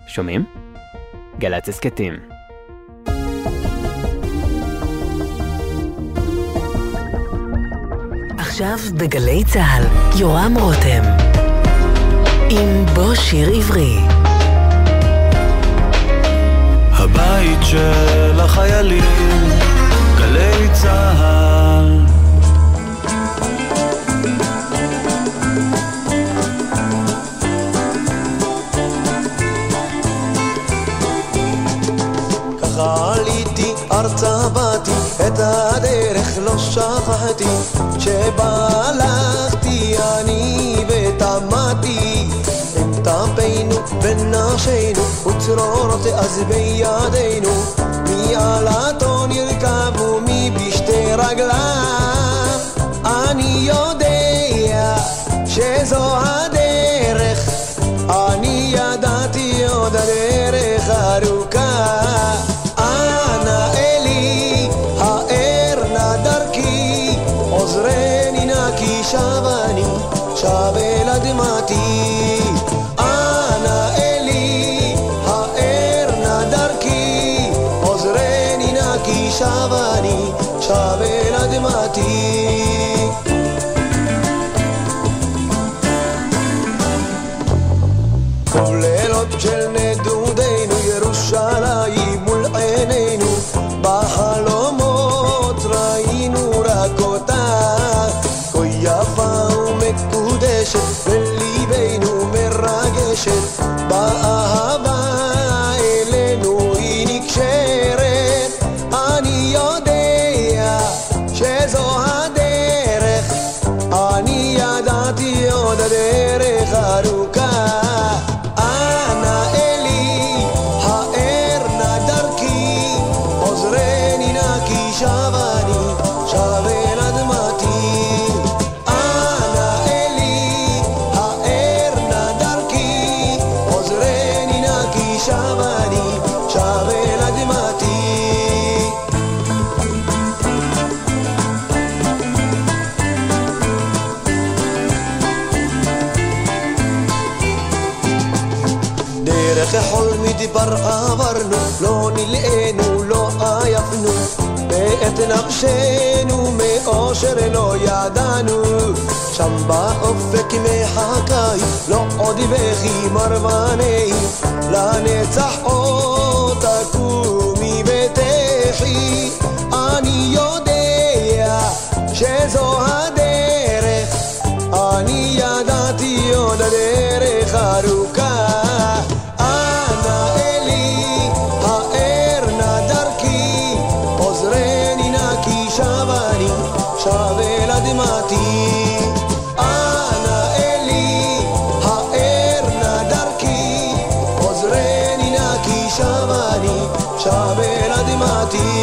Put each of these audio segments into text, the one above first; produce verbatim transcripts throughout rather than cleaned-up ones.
שומעים? גל"צ הסכתים. עכשיו בגלי צהל, יורם רותם עם בוא שיר עברי. הבית של החיילים, גלי צהל. ככה עליתי ארצה באתי, את הדרך לא שכחתי, שבהלכתי אני ותמתי, עם טפנו ונשינו וצרורות אז בידינו, מי עלתו נרכב ומי בשתי רגליו. אני יודע שזו הדרך, אני ידעתי עוד הדרך ארוכה. אנא אלי האר נא דרכי, עוזרני נא כי שב אני שב אל אדמתי. אנא אלי האר נא דרכי, עוזרני נא כי שב אני שב אל אדמתי. לילות של נדודינו ירושלים מול עינינו, בחלומות ראינו רק אותה, כה יפה ומקודשת בליבנו מרגשת, באהבה אלינו היא נקשרת. אני יודע שזו הדרך, אני ידעתי עוד הדרך ארוכה. כחול מדבר עברנו, לא נלאינו, לא עייפנו, ואת נפשנו מאושר לא ידענו. שם באופק מחכי, לא עוד בכי מרבני, לנצח עוד תקומי ותחי. אני יודע שזו הדרך, אני ידעתי עוד הדרך ארוכה. שב אל אדמתי. אנא אלי האר נא דרכי, עוזרני נא כי שב אני שב אל אדמתי.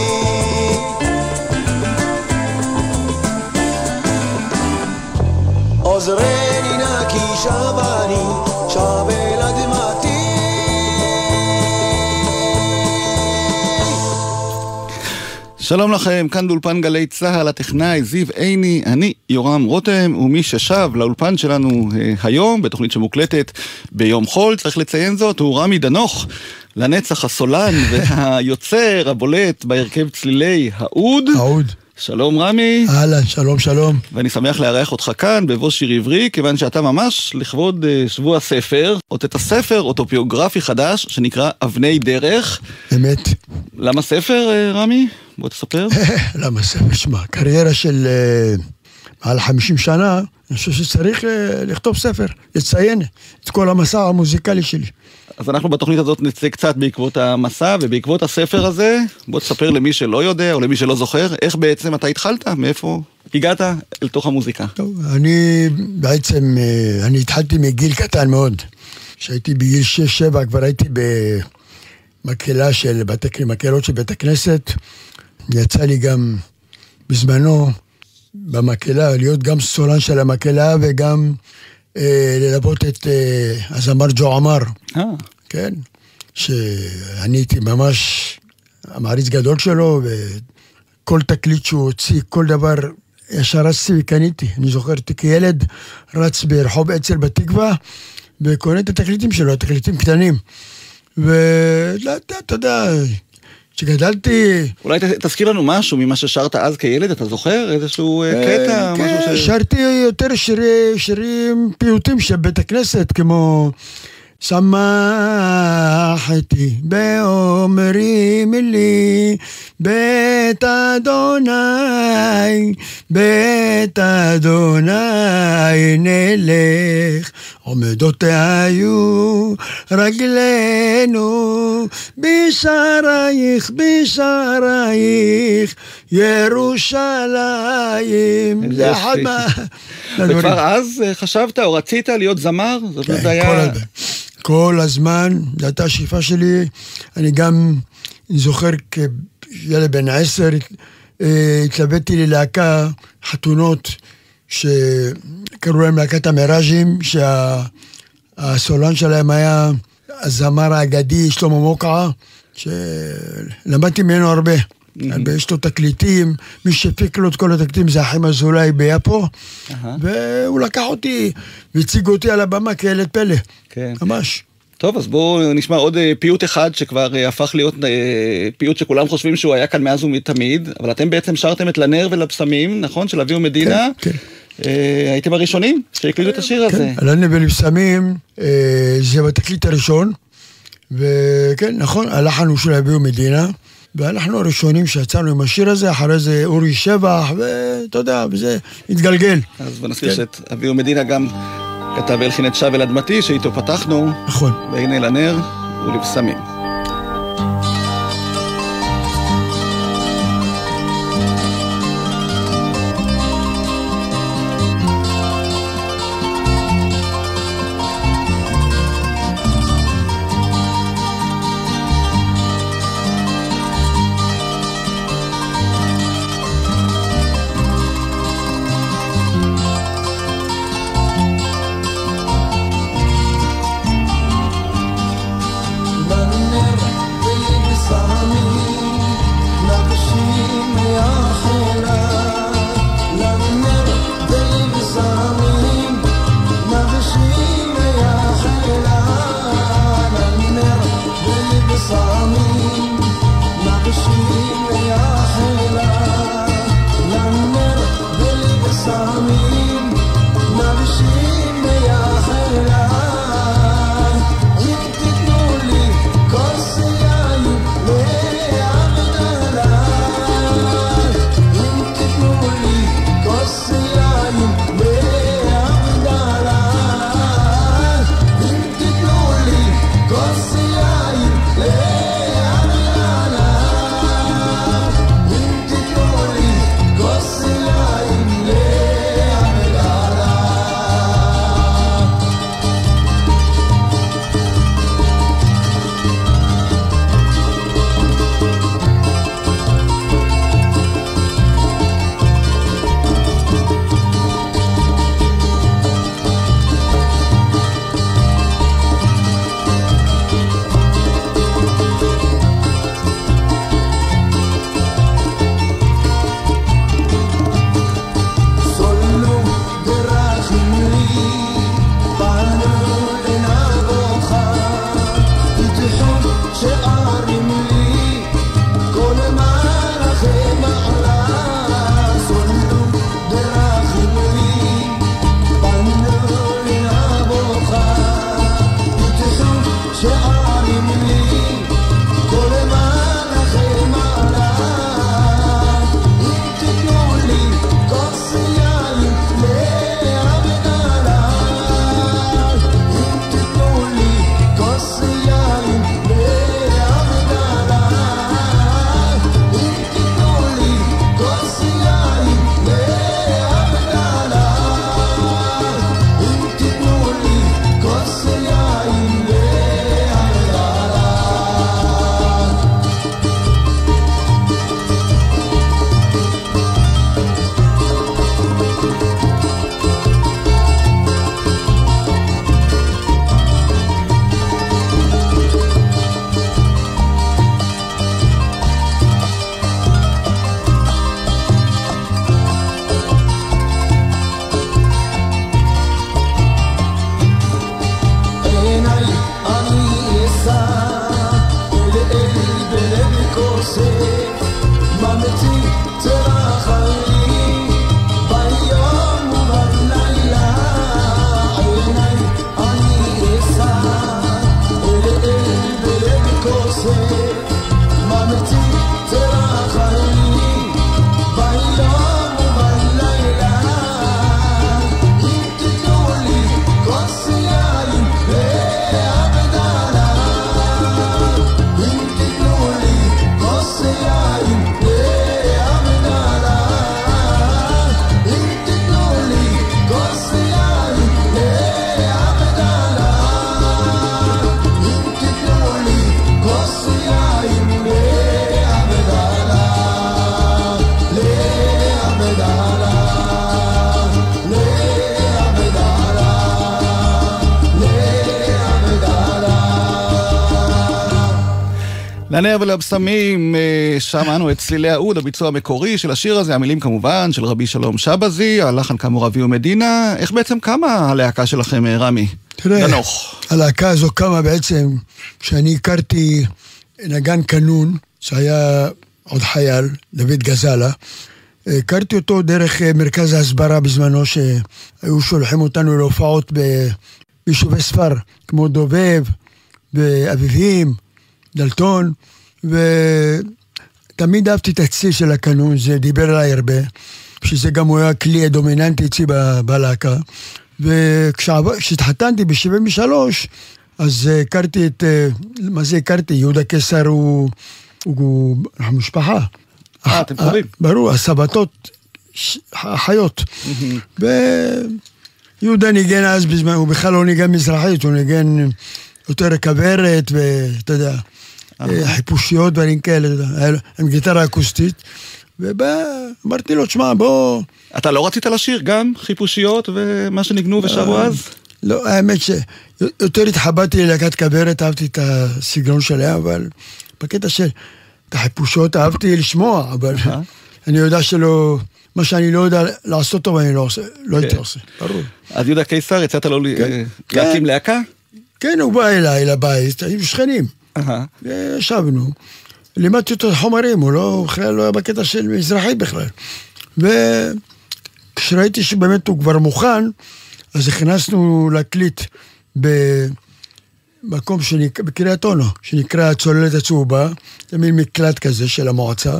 עוזרני נא כי שב אני שב אל אדמתי. שלום לכם, כאן באולפן גלי צהל, הטכנאי זיו עיני, אני יורם רותם, ומי ששב לאולפן שלנו אה, היום, בתוכנית שמוקלטת ביום חול, צריך לציין זאת, הוא רמי דנוך, לנצח הסולן והיוצר הבולט בהרכב צלילי העוד. העוד. שלום רמי. אהלן, שלום שלום. ואני שמח לארח אותך כאן בבוא שיר עברי, כיוון שאתה ממש לכבוד uh, שבוע הספר, הוצאת הספר אוטוביוגרפי חדש שנקרא אבני דרך. אמת. למה ספר uh, רמי? בוא תספר. למה ספר? שמע, קריירה של uh, מעל חמישים שנה, אני חושב שצריך uh, לכתוב ספר, לציין את כל המסע המוזיקלי שלי. אז אנחנו בתוכנית הזאת נצא קצת בעקבות המסע, ובעקבות הספר הזה, בוא תספר למי שלא יודע, או למי שלא זוכר, איך בעצם אתה התחלת, מאיפה הגעת אל תוך המוזיקה. טוב, אני בעצם, אני התחלתי מגיל קטן מאוד. כשהייתי בגיל שש שבע, כבר הייתי במקהלה של בתי, מקהלות של בית הכנסת. יצא לי גם בזמנו במקהלה, להיות גם סולן של המקהלה, וגם ללוות את הזמר ג'ו עמר. אה. כן. שאני הייתי ממש המעריץ גדול שלו, וכל תקליט שהוא הוציא, כל דבר ישר רצתי וקניתי. אני זוכר, כילד רץ ברחוב אצל בתקווה, וקונה את התקליטים שלו, התקליטים קטנים. ואתה יודע, כשגדלתי... אולי תזכיר לנו משהו ממה ששרת אז כילד, אתה זוכר? איזשהו קטע? כן, שרתי יותר שירים פיוטים של בית הכנסת, כמו... שמחתי באומרים לי בית אדוני, בית אדוני נלך, עומדות היו רגלינו בשערייך, בשערייך ירושלים. זה אחד מה... וכבר אז חשבת או רצית להיות זמר? זאת אומרת, זה היה... כל הזמן, זו הייתה השאיפה שלי. אני גם זוכר כילד בן עשר, התלבטתי ללהקה חתונות שקראו להם להקת המראז'ים, שהסולן שלהם היה הזמר האגדי שלמה מוקעה, שלמדתי ממנו הרבה. יש לו תקליטים, מי שפיק לו את כל התקליטים זה אחים אזולאי ביפו, והוא לקח אותי והציג אותי על הבמה כילד פלא, ממש. טוב, אז בואו נשמע עוד פיוט אחד שכבר הפך להיות פיוט שכולם חושבים שהוא היה כאן מאז ומתמיד, אבל אתם בעצם שרתם את לנר ולבשמים, נכון? של אביהו מדינה. כן, כן. הייתם הראשונים שהקליטו את השיר הזה. כן, לנר ולבשמים, זה בתקליט הראשון, וכן, נכון, הלחן הוא של אביהו מדינה, ואנחנו הראשונים שיצאנו עם השיר הזה, אחרי זה אורי שבח, ואתה יודע, וזה התגלגל. אז בנזכיר שאת אביהו מדינה גם כתב והלחין את שב אל אדמתי, שאיתו פתחנו. נכון. והנה לנר ולבשמים. לנר ולבשמים, שמענו את צלילי האוד, הביצוע המקורי של השיר הזה, המילים כמובן של רבי שלום שבזי, הלחן כאמור אביהו מדינה. איך בעצם קמה הלהקה שלכם, רמי? תראה, גנוך. הלהקה הזו קמה בעצם, שאני הכרתי נגן קנון, שהיה עוד חייל, דוד גזלה, הכרתי אותו דרך מרכז ההסברה בזמנו, שהיו שולחים אותנו להופעות ביישובי ספר, כמו דובב, באביבים, דלתון, ותמיד אהבתי את הצליל של הקנון, זה דיבר עליי הרבה, שזה גם הוא היה כלי הדומיננטי אצלי בלהקה, וכשהתחתנתי ב-שבעים ושלוש, אז הכרתי את, מה זה הכרתי? יהודה קיסר הוא, הוא משפחה. אה, אתם קוראים? ברור, הסבתות, החיות. ויהודה ניגן אז בזמן, הוא בכלל לא ניגן מזרחית, הוא ניגן יותר כברת, ואתה יודע, חיפושיות דברים כאלה, עם גיטרה אקוסטית. ואמרתי לו, תשמע, בוא... אתה לא רצית לשיר גם חיפושיות ומה שניגנו ושרו אז? לא, האמת שיותר התחבאתי ללהקת כברת, אהבתי את הסגנון שלהם, אבל בקטע של את החיפושיות אהבתי לשמוע, אבל אני יודע שלא, מה שאני לא יודע לעשות טוב, אני לא עושה, לא הייתי עושה, ברור. אז יהודה קיסר, יצאת לו להקים להקה? כן, הוא בא אליי לבית, היו שכנים, וישבנו, לימדתי אותו חומרים, הוא לא, בכלל לא היה בקטע של מזרחי בכלל, וכשראיתי שבאמת הוא כבר מוכן, אז הכנסנו להקליט במקום שנקרא, בקריית אונו, שנקרא צוללת הצהובה, זה מין מקלט כזה של המועצה,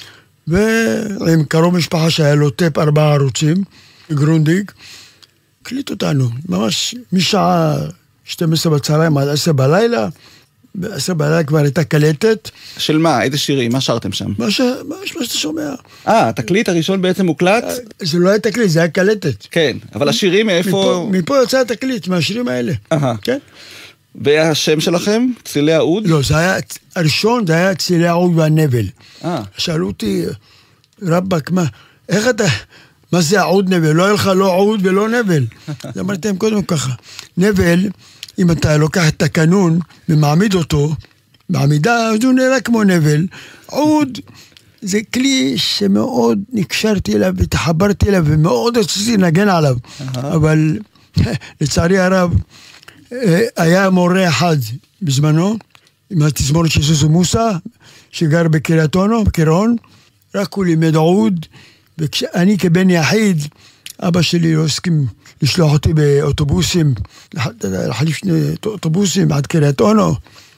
ועם קרוב משפחה שהיה לו טפ ארבעה ערוצים, גרונדיג, הקליט אותנו, ממש משעה שתים עשרה בצהריים עד עשר בלילה, בעשר בלילה כבר הייתה קלטת. של מה? איזה שירים? מה שרתם שם? מה, ש... מה, מה שאתה שומע. אה, התקליט הראשון בעצם מוקלט? זה לא היה תקליט, זה היה קלטת. כן, אבל השירים מאיפה... מפה, מפה יוצא התקליט, מהשירים האלה. אהה. כן? והשם שלכם? צלילי האוד? לא, זה היה, הראשון זה היה צלילי האוד והנבל. אה. שאלו אותי, רבק, מה, איך אתה... מה זה העוד נבל? לא היה לך לא עוד ולא נבל. אמרתי להם קודם ככה. נבל, אם אתה לוקח את הקנון ומעמיד אותו, בעמידה, אז הוא נראה כמו נבל. עוד, זה כלי שמאוד נקשרתי אליו ותחברתי אליו, ומאוד רציתי לנגן עליו. אבל לצערי הרב, היה מורה אחד בזמנו, עם התזמורת של סוסו מוסה, שגר בקריית אונו, בקרון, רק הוא לימד עוד, וכשאני כבן יחיד, אבא שלי לא הסכים לשלוח אותי באוטובוסים, להחליף שני אוטובוסים עד קריית אונו,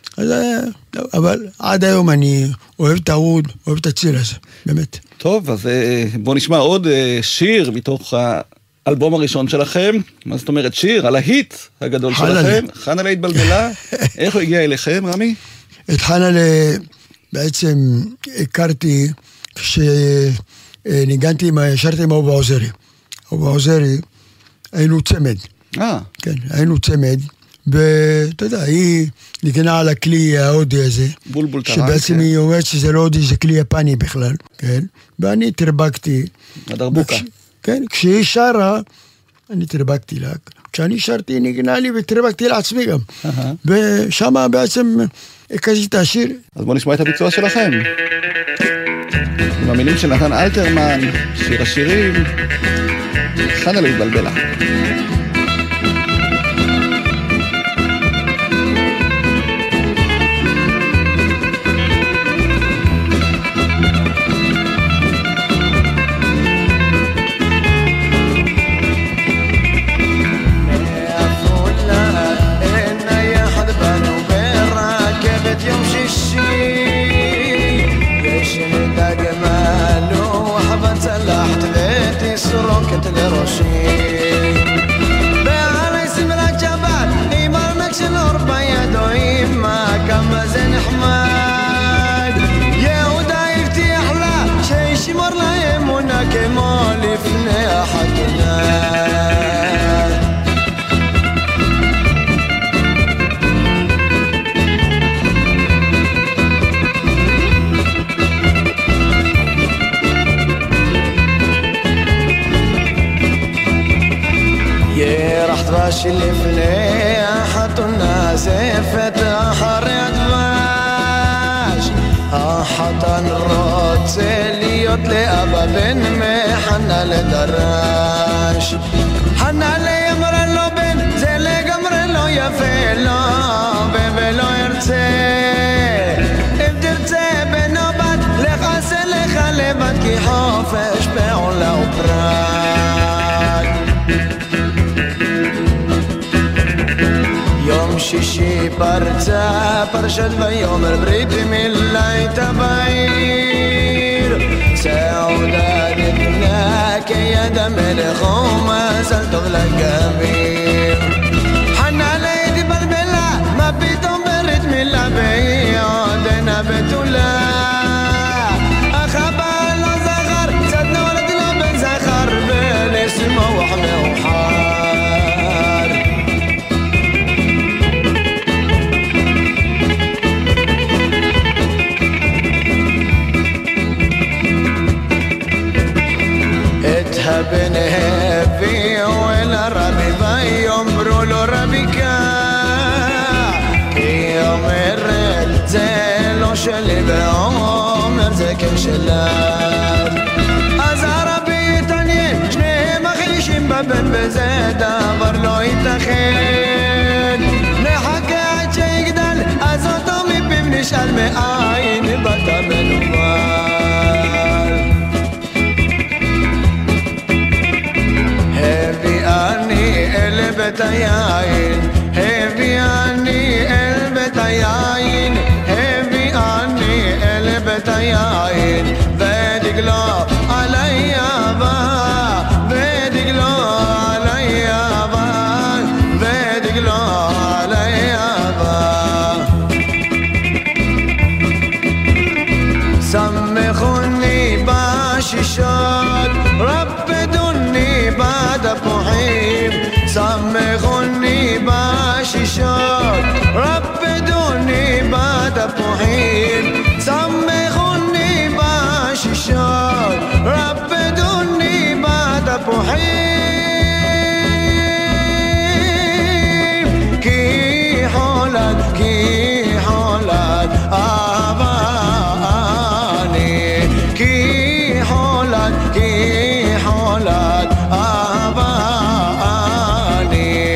אבל עד היום אני אוהב את העוד, אוהב את הציר הזה, באמת. טוב, אז בוא נשמע עוד שיר מתוך האלבום הראשון שלכם. מה זאת אומרת שיר? על ההיט הגדול שלכם. חנלה התבלבלה. איך הוא הגיע אליכם, רמי? את חנלה בעצם הכרתי כשניגנתי, שרתי עם אובה עוזרי. אובה עוזרי, היינו צמד. אה. כן, היינו צמד. ואתה יודע, היא ניגנה על הכלי ההודי הזה. בולבול טרן. שבעצם כן. היא אומרת שזה לא הודי, זה כלי יפני בכלל. כן. ואני תרבקתי. הדרבוקה. וכש, כן, כשהיא שרה, אני תרבקתי לה. כשאני שרתי, היא ניגנה לי ותרבקתי לעצמי גם. ושמה בעצם הקשתי את השיר. אז בוא נשמע את הביצוע שלכם. עם המילים של נתן אלתרמן, שיר השירים, חנלה להתבלבלה. שלפני אחת נזפת אחרי הדבש להיות לאבא בן מחנה לדרש. חנה לי אמרה לו בן, זה לגמרי לא יפה לו, ולא ירצה. אם תרצה בן או בת, לך עשה לך לבד, כי חופש פעולה ופרט. יום שישי פרצה פרשת ויאמר ברית מילה הייתה בעיר. סעודה דגנה כיד המלך ומזל טוב לגביר. חנה לי התבלבלה, מה פתאום ברית מילה והיא עודנה בתולה. אך הבעל לא זכר, קצת נולד לו בן זכר ולשמוח מאוחר. הבן הביאו אל הרבי ויאמרו לו רבי קח, היא אומרת זה לא שלי ואומר זה כן שלך. אז הרבי התעניין, שניהם מחלישים בבן וזה דבר לא ייתכן. נחכה עד שיגדל, אז אותו מפיו נשאל מאין באת מנוול. הביאני אל בית היין, הביאני אל בית היין, הביאני אל בית היין, ודגלו עלי אהבה, ודגלו עלי אהבה, ודגלו עלי אהבה. שמחוני בשישות, רפדוני בתפוחים. שמחוני בשישות, רפדוני בתפוחים. שמחוני בשישות, רפדוני בתפוחים. כי חולד, כי חולד אהבה אני, כי חולד, כי חולד אהבה אני.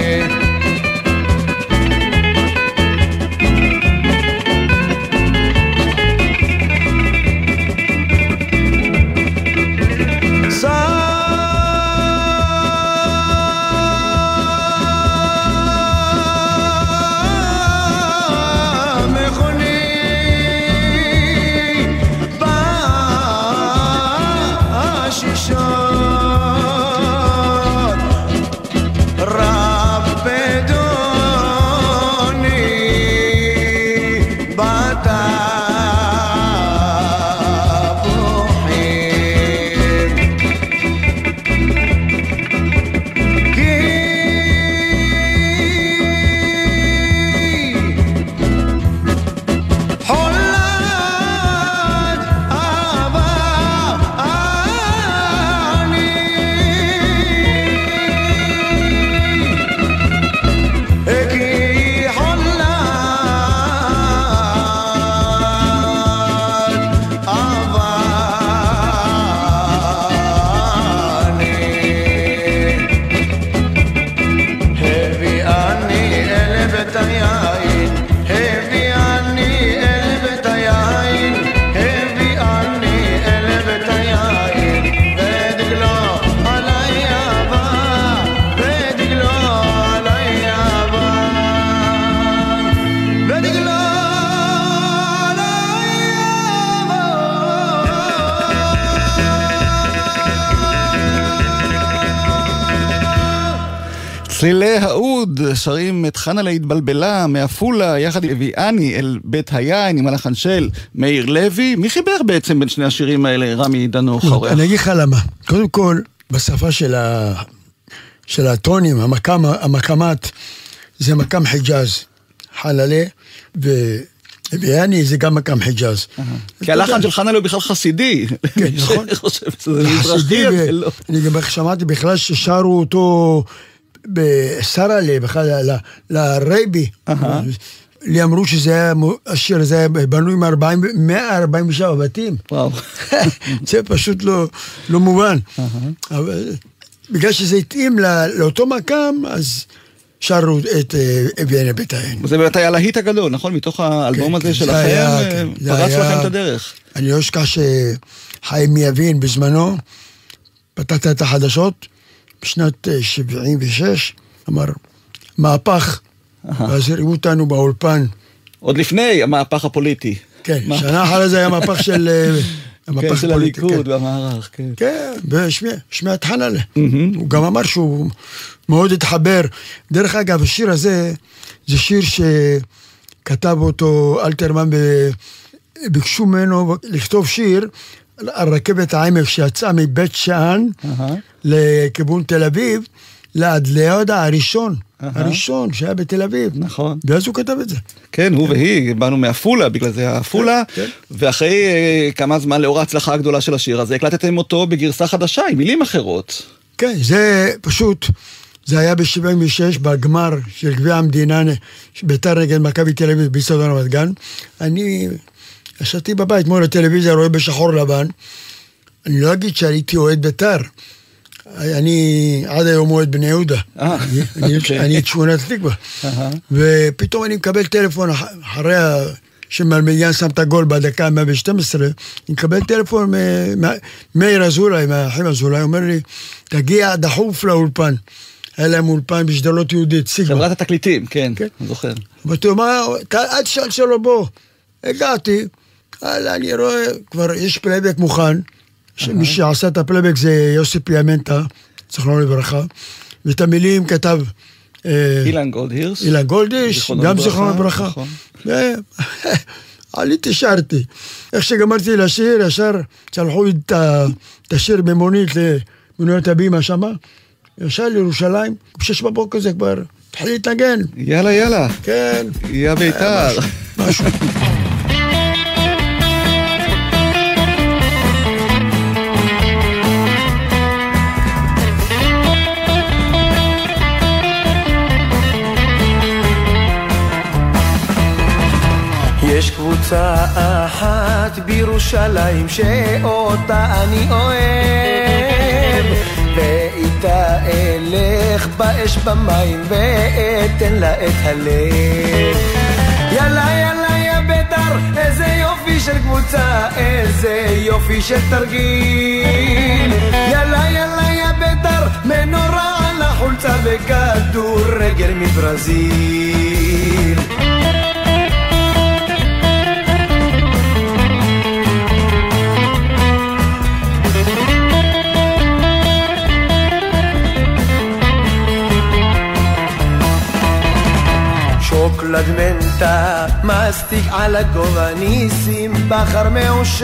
צלילי האוד שרים את חנה להתבלבלה מעפולה יחד עם הביאני אל בית היין עם הלחן של מאיר לוי. מי חיבר בעצם בין שני השירים האלה? רמי דנו חורח. אני אגיד לך למה. קודם כל, בשפה של, ה... של הטונים, המקם, המקמת, זה מקם חיג'אז. חללה והביאני זה גם מקם חיג'אז. כי הלחן של חנה הוא בכלל חסידי. כן, נכון. אני חושב שזה מזרחי אפילו. אני גם שמעתי בכלל ששרו אותו... בסרלה, בכלל, לרייבי, לי אמרו שזה היה, השיר הזה היה בנוי מאה ארבעים ושבע בתים. וואו. זה פשוט לא, לא מובן. אבל בגלל שזה התאים לא, לאותו מקם, אז שרו את ויאנה ביתן. זה באמת היה להיט הגדול, נכון? מתוך האלבום הזה שלכם, פרץ לכם את הדרך. אני לא אשכח שחיים יבין בזמנו, פתחת את החדשות, בשנת שבעים ושש, אמר, מהפך, ואז הראו אותנו באולפן. עוד לפני המהפך הפוליטי. כן, שנה אחרי זה היה מהפך של... כן, של הליכוד והמערך, כן. כן, בשמי התחנלה. הוא גם אמר שהוא מאוד התחבר. דרך אגב, השיר הזה, זה שיר שכתב אותו אלתרמן, ביקשו ממנו לכתוב שיר על רכבת העמק שיצאה מבית שאן לכיוון תל אביב, לעד ליד הראשון, הראשון שהיה בתל אביב. נכון. ואז הוא כתב את זה. כן, הוא והיא, באנו מאפולה, בגלל זה האפולה, ואחרי כמה זמן לאור ההצלחה הגדולה של השיר הזה, הקלטתם אותו בגרסה חדשה, עם מילים אחרות. כן, זה פשוט, זה היה ב-שבעים ושש, בגמר של גביע המדינה, בית"ר נגד מכבי תל אביב, באצטדיון רמת גן. אני ישבתי בבית מול הטלוויזיה, רואה בשחור לבן, אני לא אגיד שהייתי אוהד בית"ר, אני עד היום אוהד בני יהודה, אני את שכונת התקווה, ופתאום אני מקבל טלפון אחרי שמלמיין שם את הגול בדקה מאה ושתים עשרה, אני מקבל טלפון מאיר אזולאי, מהאחים אזולאי, אומר לי, תגיע דחוף לאולפן, היה להם אולפן בשדרות יהודית, סיגמה. חברת התקליטים, כן, אני זוכר. ואתה אומר, אל תשאל שלו בוא, הגעתי, אני רואה, כבר יש פלייבק מוכן, מי שעשה את הפלייבק זה יוסי פיאמנטה, זכרונו לברכה, ואת המילים כתב אילן גולדהירש, אילן גולדהירש, גם זכרונו לברכה. עליתי, שרתי. איך שגמרתי לשיר, ישר צלחו את השיר במונית למוניות הבימה שמה, ישר לירושלים, בשש בבוקר זה כבר התחיל להתנגן. יאללה, יאללה. כן. יא בית"ר. משהו. יש קבוצה אחת בירושלים שאותה אני אוהב, ואיתה אלך באש במים ואתן לה את הלב. יאללה יאללה יא בית"ר, איזה יופי של קבוצה, איזה יופי של תרגיל. יאללה יאללה יא בית"ר, מנורה על החולצה וכדורגל מברזיל. שוקולד מנטה, מסטיק על הגובה, ניסים בחר מאושר.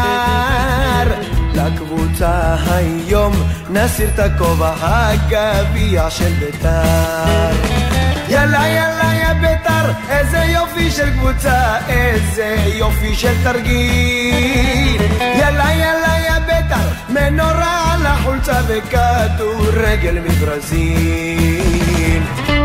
לקבוצה היום נסיר את הכובע, הגביע של בית"ר. יאללה יאללה יא בית"ר, איזה יופי של קבוצה, איזה יופי של תרגיל. יאללה יאללה יא בית"ר, מנורה על החולצה וכדורגל מברזיל.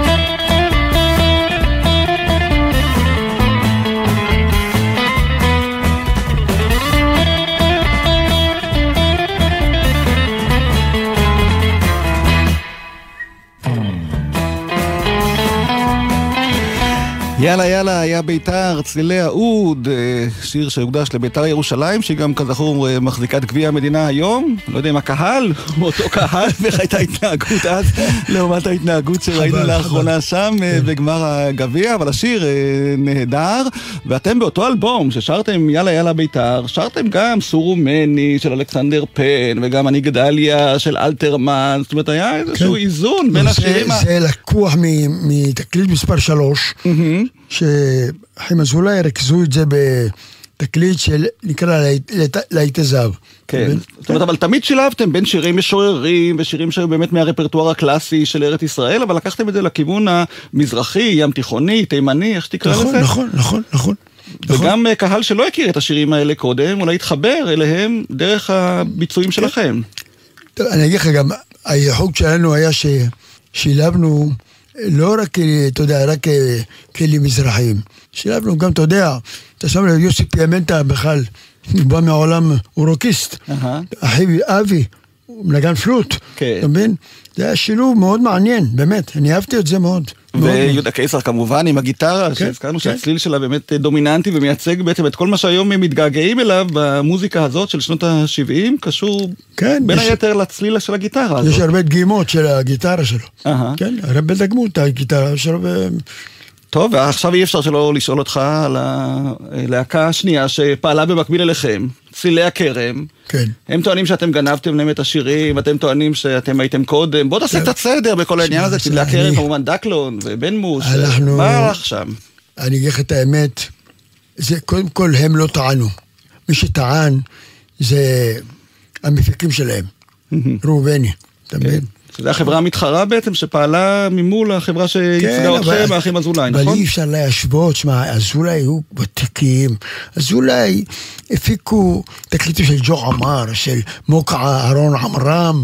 יאללה יאללה, היה בית"ר, צלילי העוד, שיר שהוקדש לבית"ר ירושלים, שהיא גם כזכור מחזיקת גביע המדינה היום, לא יודע אם הקהל, אותו קהל, ואיך הייתה התנהגות אז, לעומת ההתנהגות שראינו לאחרונה שם בגמר הגביע, אבל השיר נהדר, ואתם באותו אלבום ששרתם יאללה יאללה בית"ר, שרתם גם סורו מני של אלכסנדר פן, וגם אני גדליה של אלתרמן, זאת אומרת היה איזשהו איזון בין השירים. זה לקוח מתקליט מספר שלוש, שחיים אזולאי רכזו את זה בתקליט של נקרא להיטי זהב. כן, זאת אומרת, אבל תמיד שילבתם בין שירים משוררים ושירים שהיו באמת מהרפרטואר הקלאסי של ארץ ישראל, אבל לקחתם את זה לכיוון המזרחי, ים תיכוני, תימני, איך שתקרא לזה? נכון, נכון, נכון. וגם קהל שלא הכיר את השירים האלה קודם, אולי התחבר אליהם דרך הביצועים שלכם. אני אגיד לך גם, הייחוד שלנו היה ששילבנו לא רק, אתה יודע, רק כלים מזרחיים. שילבנו גם, אתה יודע, אתה שם לב, יוסי פיאמנטה בכלל, הוא בא מהעולם, הוא רוקיסט. אחי אבי, הוא מנגן פלוט, אתה מבין? זה היה שילוב מאוד מעניין, באמת, אני אהבתי את זה מאוד. ויהודה קיסר כמובן עם הגיטרה, שהזכרנו שהצליל שלה באמת דומיננטי ומייצג בעצם את כל מה שהיום הם מתגעגעים אליו במוזיקה הזאת של שנות ה-שבעים, קשור בין היתר לצליל של הגיטרה הזאת. יש הרבה דגימות של הגיטרה שלו. כן, הרבה דגמות הגיטרה שלו. טוב, ועכשיו אי אפשר שלא לשאול אותך על הלהקה השנייה שפעלה במקביל אליכם, צלילי הכרם. כן. הם טוענים שאתם גנבתם להם את השירים, אתם טוענים שאתם הייתם קודם. בוא תעשה קצת סדר בכל העניין הזה, צלילי הכרם, כמובן דקלון ובן מוש. מה הלך שם? אני אגיד לך את האמת, זה קודם כל הם לא טענו. מי שטען זה המפיקים שלהם, ראובני, אתה מבין? זה החברה המתחרה בעצם שפעלה ממול החברה שייצגה אתכם, האחים אזולאי, נכון? אבל אי אפשר להשוות, שמה, אזולאי היו ותיקים, אזולאי הפיקו תקליטים של ג'ו עמר, של מוקע אהרון עמרם,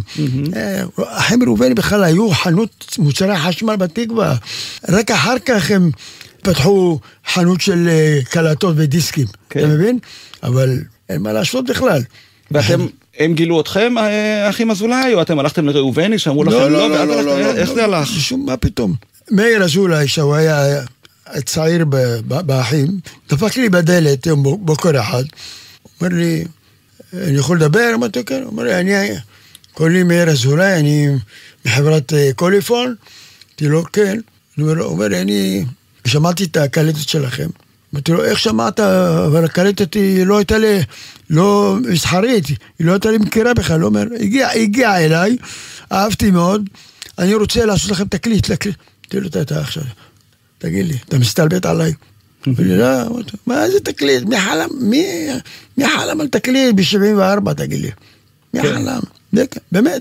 החיים ראובני בכלל היו חנות מוצרי חשמל בתקווה, רק אחר כך הם פתחו חנות של קלטות ודיסקים, אתה מבין? אבל אין מה להשוות בכלל. ואתם... הם גילו אתכם, האחים אזולאי, או אתם הלכתם לראובני, שאמרו לכם לא, לא, לא, לא, לא, איך זה הלך? מה פתאום? מאיר אזולאי, שהוא היה צעיר באחים, דפק לי בדלת, בוקר אחד, אומר לי, אני יכול לדבר? אמרתי, כן, אומר לי, אני, קוראים לי מאיר אזולאי, אני מחברת קוליפון, אמרתי לו, כן, הוא אומר לי, אני שמעתי את הקלטת שלכם, אמרתי לו, איך שמעת? אבל הקלטת היא לא הייתה לי, לא מסחרית, היא לא הייתה לי מכירה בכלל, לא אומר, הגיע, הגיע אליי, אהבתי מאוד, אני רוצה לעשות לכם תקליט, תקליט, תראו לו, אתה עכשיו, תגיד לי, אתה מסתלבט עליי? ולי, לא, מה זה תקליט? מי חלם, מי, מי חלם על תקליט ב-שבעים וארבע, תגיד לי? מי חלם? באמת.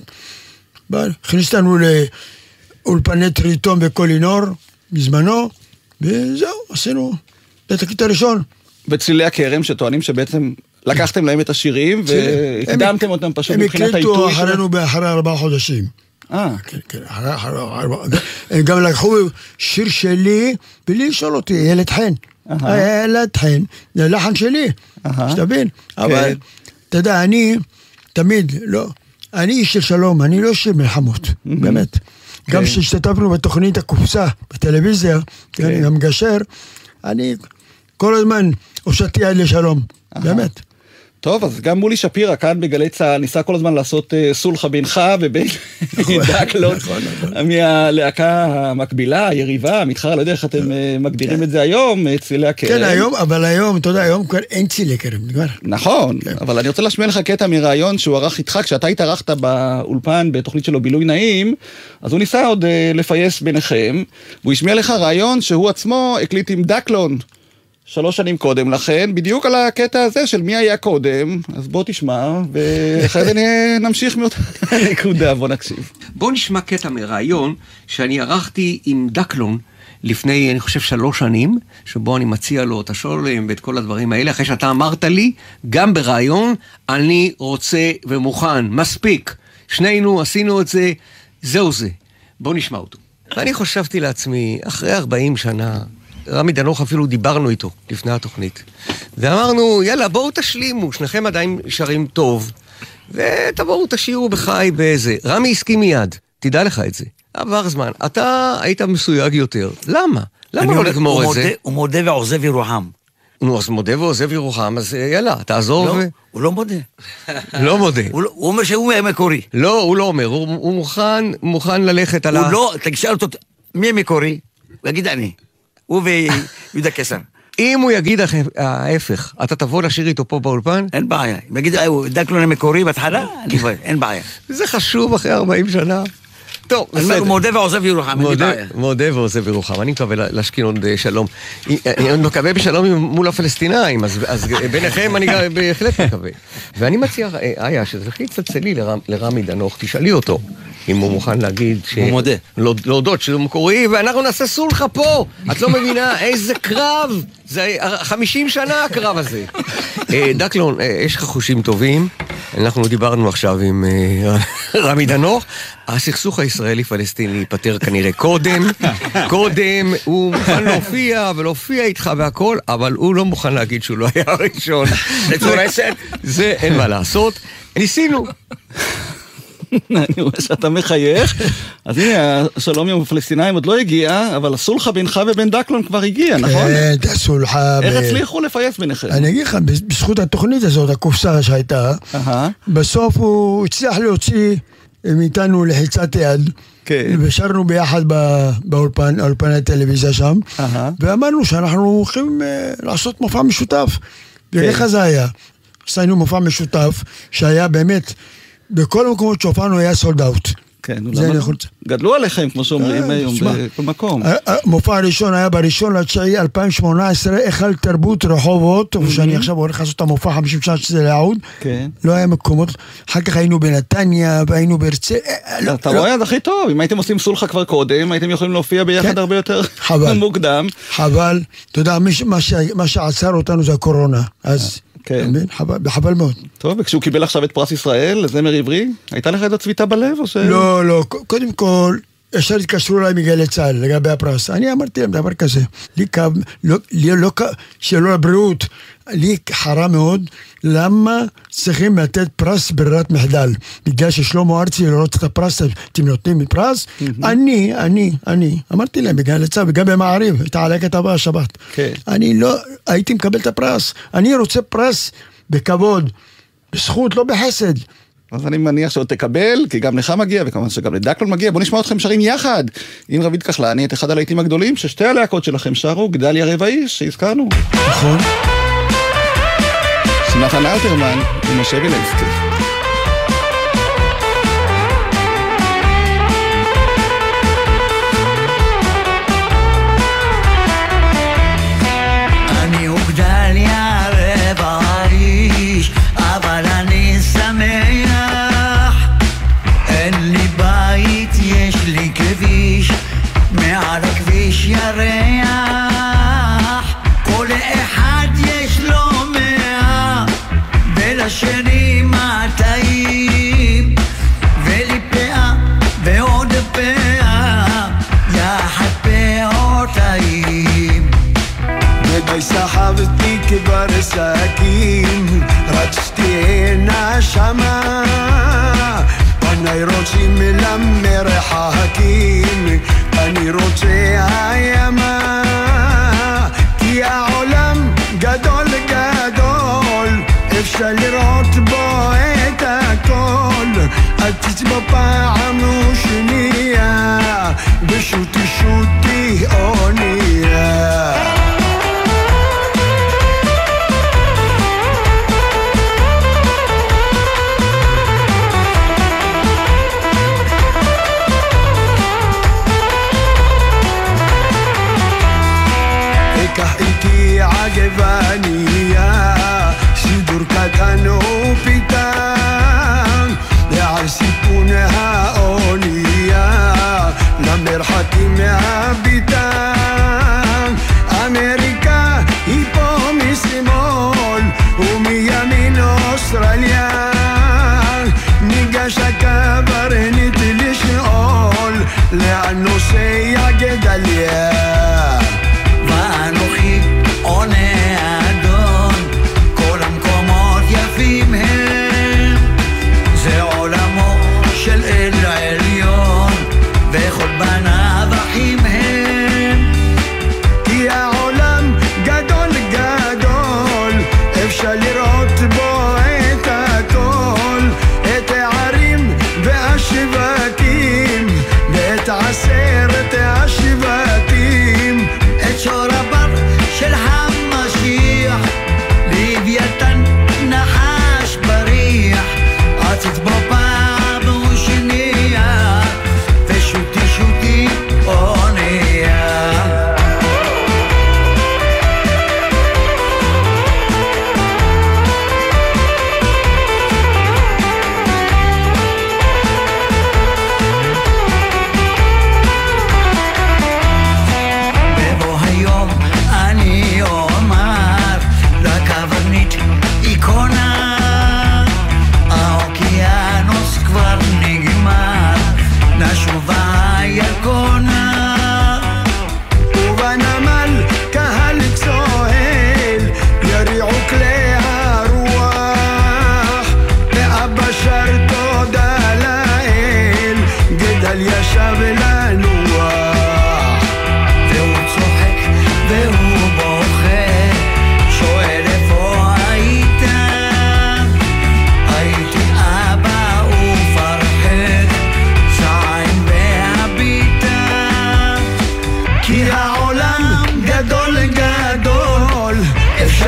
הכניס אותנו לאולפני טריטון וקולינור, בזמנו, וזהו, עשינו את התקליט הראשון. בצלילי הכרם שטוענים שבעצם לקחתם להם את השירים והקדמתם אותם פשוט מבחינת העיתוי. הם הקליטו אחרינו באחרי ארבעה חודשים. אה. כן, כן, אחרי ארבעה. הם גם לקחו שיר שלי, בלי לשאול אותי, ילד חן. ילד חן, זה לחן שלי, שתבין. אבל, אתה יודע, אני תמיד, לא, אני איש של שלום, אני לא איש של מלחמות, באמת. גם כשהשתתפנו בתוכנית הקופסה, בטלוויזיה, גם גשר, אני כל הזמן הושטתי יד לשלום, באמת. טוב, אז גם מולי שפירא כאן בגלי צהל ניסה כל הזמן לעשות סולחה בינך ובין דקלון, מהלהקה המקבילה, היריבה, המתחרה, לא יודע איך אתם מגדירים את זה היום, צלילי הכרם. כן, היום, אבל היום, אתה יודע, היום כבר אין צלילי כרם, נגמר. נכון, אבל אני רוצה להשמיע לך קטע מרעיון שהוא ערך איתך, כשאתה התארחת באולפן בתוכנית שלו בילוי נעים, אז הוא ניסה עוד לפייס ביניכם, והוא השמיע לך רעיון שהוא עצמו הקליט עם דקלון, שלוש שנים קודם לכן, בדיוק על הקטע הזה של מי היה קודם, אז בוא תשמע, ואחרי זה נמשיך מאותה נקודה, בוא נקשיב. בוא נשמע קטע מרעיון שאני ערכתי עם דקלון לפני, אני חושב, שלוש שנים, שבו אני מציע לו את השולם ואת כל הדברים האלה, אחרי שאתה אמרת לי, גם ברעיון, אני רוצה ומוכן, מספיק. שנינו עשינו את זה, זהו זה. בוא נשמע אותו. ואני חשבתי לעצמי, אחרי ארבעים שנה, רמי דנוך אפילו דיברנו איתו לפני התוכנית. ואמרנו, יאללה, בואו תשלימו, שניכם עדיין שרים טוב, ותבואו תשירו בחי באיזה. רמי הסכים מיד, תדע לך את זה. עבר זמן, אתה היית מסויג יותר. למה? למה לא לגמור את זה? הוא מודה ועוזב ירוחם. נו, אז מודה ועוזב ירוחם, אז יאללה, תעזוב. לא, הוא לא מודה. לא מודה. הוא אומר שהוא מקורי. לא, הוא לא אומר, הוא מוכן, מוכן ללכת על ה... הוא לא, תשאל אותו, מי מקורי? הוא יגיד אני. הוא ויהודה קיסר. אם הוא יגיד ההפך, אתה תבוא לשיר איתו פה באולפן? אין בעיה. אם יגיד, דקלון המקורי בהתחלה, אין בעיה. זה חשוב אחרי ארבעים שנה. טוב, בסדר. הוא מודה ועוזב ירוחם, אין לי בעיה. מודה ועוזב ירוחם, אני מקווה להשכין עוד שלום. אני מקווה בשלום מול הפלסטינאים, אז ביניכם אני בהחלט מקווה. ואני מציע, איה, שתלכי לצלצלי לרמי דנוך, תשאלי אותו, אם הוא מוכן להגיד ש... הוא מודה. להודות שזה מקורי, ואנחנו נעשה סולחה פה. את לא מבינה איזה קרב, זה חמישים שנה הקרב הזה. דקלון, יש לך חושים טובים, אנחנו דיברנו עכשיו עם רמי דנוך, הסכסוך הישראלי-פלסטיני ייפטר כנראה קודם, קודם הוא מוכן להופיע ולהופיע איתך והכל, אבל הוא לא מוכן להגיד שהוא לא היה הראשון. זה אין מה לעשות, ניסינו. אני רואה שאתה מחייך, אז הנה, השלום עם הפלסטינאים עוד לא הגיע, אבל הסולחה בינך ובין דקלון כבר הגיע, נכון? כן, הסולחה... איך הצליחו לפייס ביניכם? אני אגיד לך, בזכות התוכנית הזאת, הקופסה שהייתה, בסוף הוא הצליח להוציא מאיתנו לחיצת יד, ושרנו ביחד באולפן, אולפן הטלוויזיה שם, ואמרנו שאנחנו הולכים לעשות מופע משותף. וככה זה היה. עשינו מופע משותף, שהיה באמת... בכל המקומות שהופענו היה סולד אאוט. כן, גדלו עליכם, כמו שאומרים היום, בכל מקום. המופע הראשון היה בראשון לתשיעי אלפיים שמונה עשרה, היכל תרבות רחובות, שאני עכשיו הולך לעשות את המופע חמישים שנה שזה לעוד. לא היה מקומות, אחר כך היינו בנתניה, והיינו ברצה. אתה רואה, זה הכי טוב, אם הייתם עושים סולחה כבר קודם, הייתם יכולים להופיע ביחד הרבה יותר מוקדם. חבל, אתה יודע, מה שעצר אותנו זה הקורונה, אז... כן. בחבל מאוד. טוב, וכשהוא קיבל עכשיו את פרס ישראל, לזמר עברי, הייתה לך איזו צביטה בלב או ש... לא, לא, קודם כל, ישר התקשרו אליי מגלי צה"ל לגבי הפרס. אני אמרתי להם דבר כזה, לי קו, לא, לא, שלא לבריאות, לי חרה מאוד, למה צריכים לתת פרס ברירת מחדל? בגלל ששלמה ארצי לא רוצה את הפרס, אתם נותנים פרס? אני, אני, אני, אמרתי להם בגלי צה"ל, וגם במעריב, הייתה עלי כתבה השבת. אני לא, הייתי מקבל את הפרס. אני רוצה פרס בכבוד, בזכות, לא בחסד. אז אני מניח שעוד תקבל, כי גם לך מגיע, וכמובן שגם לדקלון מגיע. בוא נשמע אתכם שרים יחד עם רביד כחלני, את אחד הלהיטים הגדולים, ששתי הלהקות שלכם שרו, גדליה רבע איש, שהזכרנו. נכון. נתן אלתרמן עם משה וילנסקי. אני וגדליה רבע איש, אבל אני שמח. אין לי בית, יש לי כביש, מעל הכביש ירח. כל אחד יש לו מאה, ולשני מאתיים, ולי פאה ועוד פאה, יחד פאותיים. ידי סחבתי כבר סכין, רצתי נשמה, פני רוצים למרחקים, אני רוצה הימה, כי העולם גדול גדול, אפשר לראות בו את הכל. אל תצבע פעם ושנייה, בשוטי שוטי אונייה. אקח איתי עגבנייה, סידור קטן ופיתן, לעל סיפון האונייה, למרחקים מהביתן. אמריקה היא פה משמאל ומימין אוסטרליה, ניגש הקברניט לשאול לאן נוסע גדליה. ואנוכי עונה אדון, כל המקומות יפים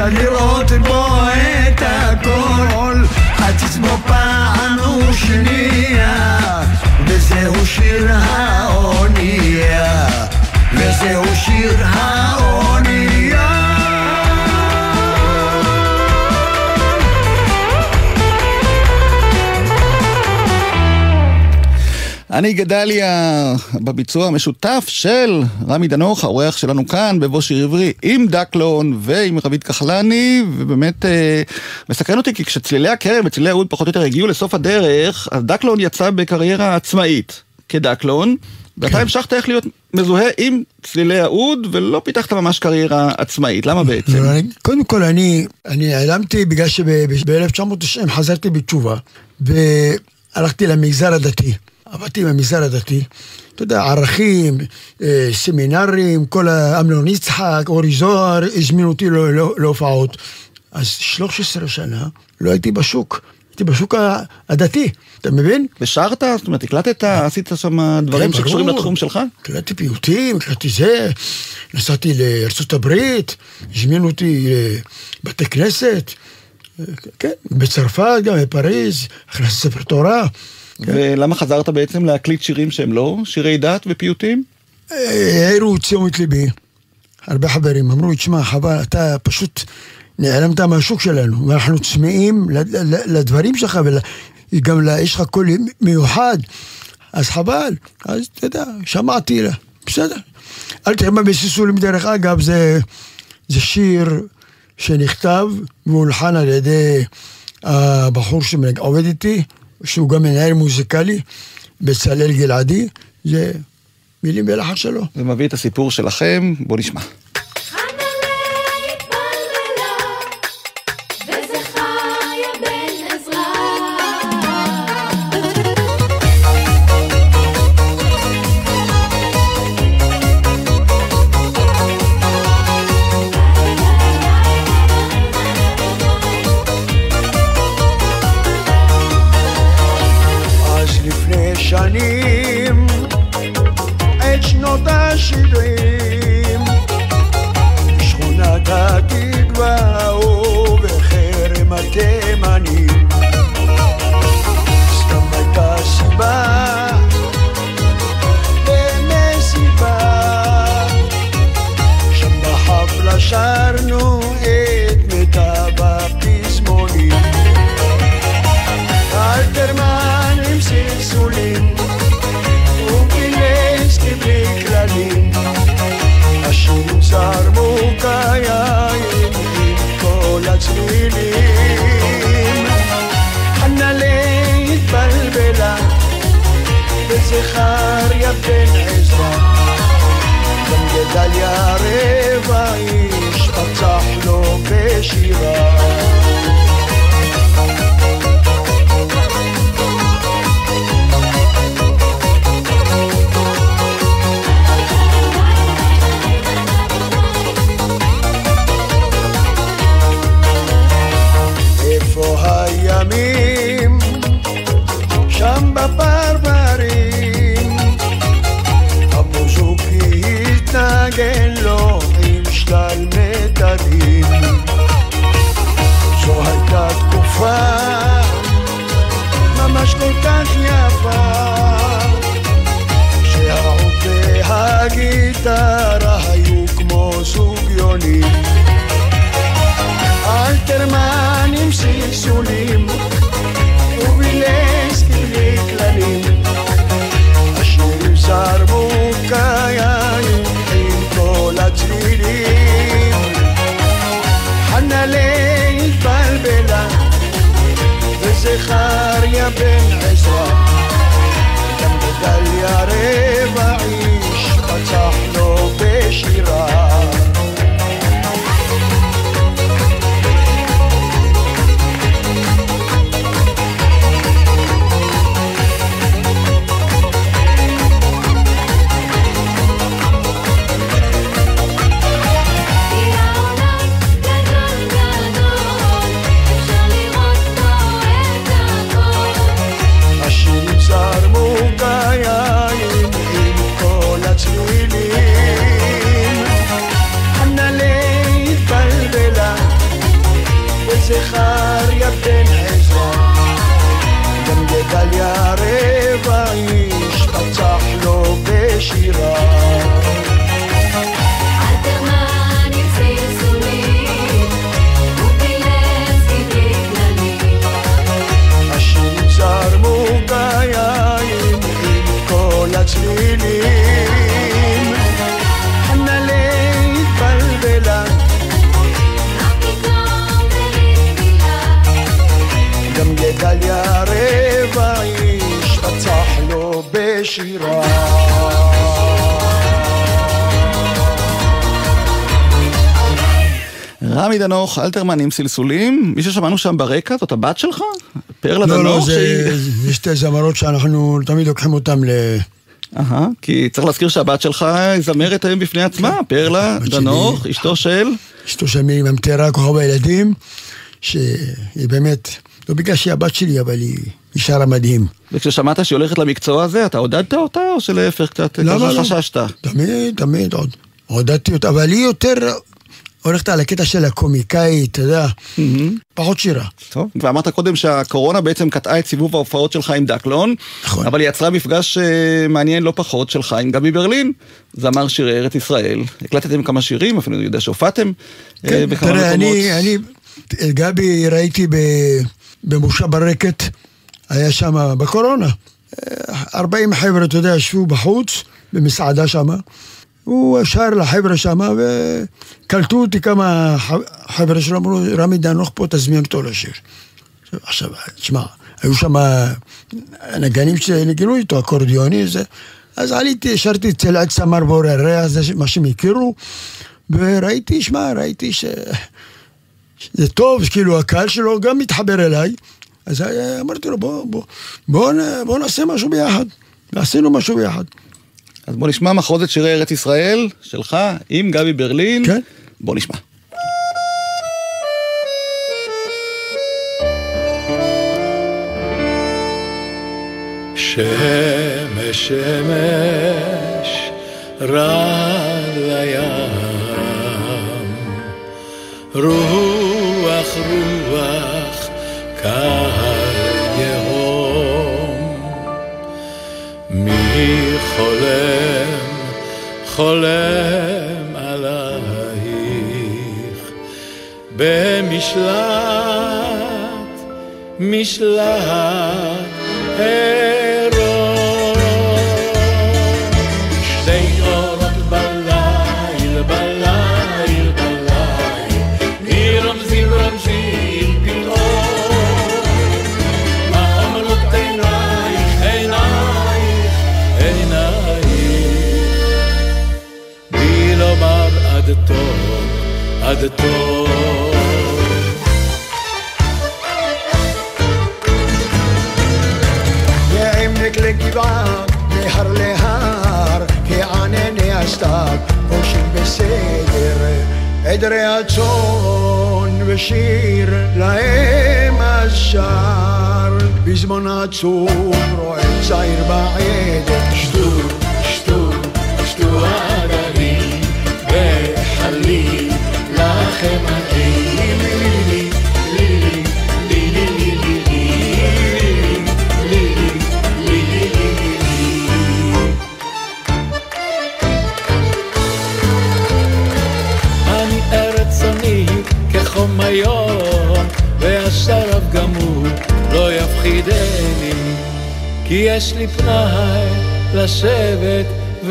אפשר לראות בו את הכל, עציץ בו פעם ושנייה, וזהו שיר האונייה, וזהו שיר האונייה. אני גדליה בביצוע המשותף של רמי דנוך, האורח שלנו כאן בבוא שיר עברי, עם דקלון ועם רבית כחלני, ובאמת אה, מסקרן אותי כי כשצלילי הקרב וצלילי האוד פחות או יותר הגיעו לסוף הדרך, אז דקלון יצא בקריירה עצמאית כדקלון, ואתה המשכת איך להיות מזוהה עם צלילי האוד ולא פיתחת ממש קריירה עצמאית. למה בעצם? קודם כל אני, אני העלמתי בגלל שב-אלף תשע מאות תשעים חזרתי בתשובה והלכתי למגזר הדתי. עבדתי עם המגזר הדתי, אתה יודע, ערכים, סמינרים, כל האמנון יצחק, אורי זוהר, הזמינו אותי להופעות. אז שלוש עשרה שנה לא הייתי בשוק, הייתי בשוק הדתי, אתה מבין? ושרת? זאת אומרת, הקלטת, עשית שם דברים שקשורים לתחום שלך? הקלטתי פיוטים, הקלטתי זה, נסעתי לארצות הברית, הזמינו אותי לבתי כנסת, כן, בצרפת, גם בפריז, הכנסתי ספר תורה. ולמה חזרת בעצם להקליט שירים שהם לא שירי דת ופיוטים? העירו תשומת ליבי, הרבה חברים אמרו, תשמע חבל, אתה פשוט נעלמת מהשוק שלנו, ואנחנו צמאים לדברים שלך, וגם יש לך קול מיוחד, אז חבל, אז אתה יודע, שמעתי לה, בסדר. אל תרמה בסיסולים, דרך אגב, זה, זה שיר שנכתב והולחן על ידי הבחור שעובד איתי, שהוא גם מנהל מוזיקלי, בצלאל גלעדי, זה מילים בלחן שלו. זה מביא את הסיפור שלכם, בוא נשמע. שנים, את שנות השבעים, שכונת התקווה ובחרם התימנים, סתם הייתה סיבה במסיבה, שם בחפלה שרנו את מיטב הפזמונים, אלתרמן עם סלסולים ובילסקי בלי כללים, השירים זרמו כיין עם כל הצלילים, חנלה התבלבלה וזכריה בן עזרא, גם גדליה רבע איש פצח לו בשירה. הימים שם בפרברים, הבוזוקי התנגן לו עם שלל מתדים, זו הייתה תקופה ממש כל כך יפה, שהעוד והגיטרה היו כמו זוג יונים, אלתרמן עם סלסולים ובילסקי בלי כללים, השירים זרמו כיין עם כל הצלילים, חנלה התבלבלה וזכריה בן עזרא, גם גדליה רבע איש פצח לו בשירה. בשירה. רמי דנוך, אלתרמן עם סלסולים, מי ששמענו שם ברקע, זאת הבת שלך? פרלה דנוך? לא, לא, שהיא... זה שתי זמרות שאנחנו תמיד לוקחים אותם ל... אהה, כי צריך להזכיר שהבת שלך היא זמרת היום בפני עצמה, פרלה דנוך, אשתו של... אשתו של מי ממטרה, כוכב הילדים, שהיא באמת, לא בגלל שהיא הבת שלי, אבל היא שרה מדהים. וכששמעת שהיא הולכת למקצוע הזה, אתה עודדת אותה, או שלהפך קצת ככה חששת? תמיד, תמיד, עוד. עודדתי אותה, אבל היא יותר... הולכת על הקטע של הקומיקאית, אתה יודע, פחות שירה. טוב, ואמרת קודם שהקורונה בעצם קטעה את סיבוב ההופעות שלך עם דקלון, נכון. אבל היא יצרה מפגש מעניין לא פחות שלך עם גבי ברלין, זמר שירי ארץ ישראל. הקלטתם כמה שירים, אפילו אני יודע שהופעתם בכמה מקומות. תראה, אני, גבי ראיתי במושב ברקת, היה שם בקורונה, ארבעים חבר'ה, אתה יודע, ישבו בחוץ, במסעדה שם, הוא שר לחבר'ה שם, וקלטו אותי כמה חבר'ה שלו, אמרו, רמי דנוך פה, תזמין אותו לשיר. עכשיו, תשמע, היו שם נגנים שנגנו איתו, אקורדיוני, זה, אז עליתי, שרתי אצל עד סמר בור הריח, זה מה שהם הכירו, וראיתי, שמע, ראיתי ש... זה טוב, כאילו הקהל שלו גם מתחבר אליי, אז אמרתי לו, בוא, בוא, בוא, בוא נעשה משהו ביחד, ועשינו משהו ביחד. אז בוא נשמע מחרוזת שירי ארץ ישראל שלך עם גבי ברלין. כן. בוא נשמע. שמש שמש רד לים, רוח רוח קהל יהום, מי חולם חולם עלייך במשלט משלט עירום, שתי אורות בליל בליל בליל מרמזים רמזים פתאום, מה אומרות עינייך עינייך עינייך, בי לומר עד תום עד תום. לגבעה, מהר להר, כענני הסתיו, חושים בסדר, עדרי הצאן ושיר להם השר, בזמן עצוב רואה צעיר בעדר, שתו, שתו, שתו עדרים, וחליל לכם העיר, לילי, לילי, לילי, לילי, כחום היום והשרב גם הוא לא יפחידני, כי יש לי פנאי לשבת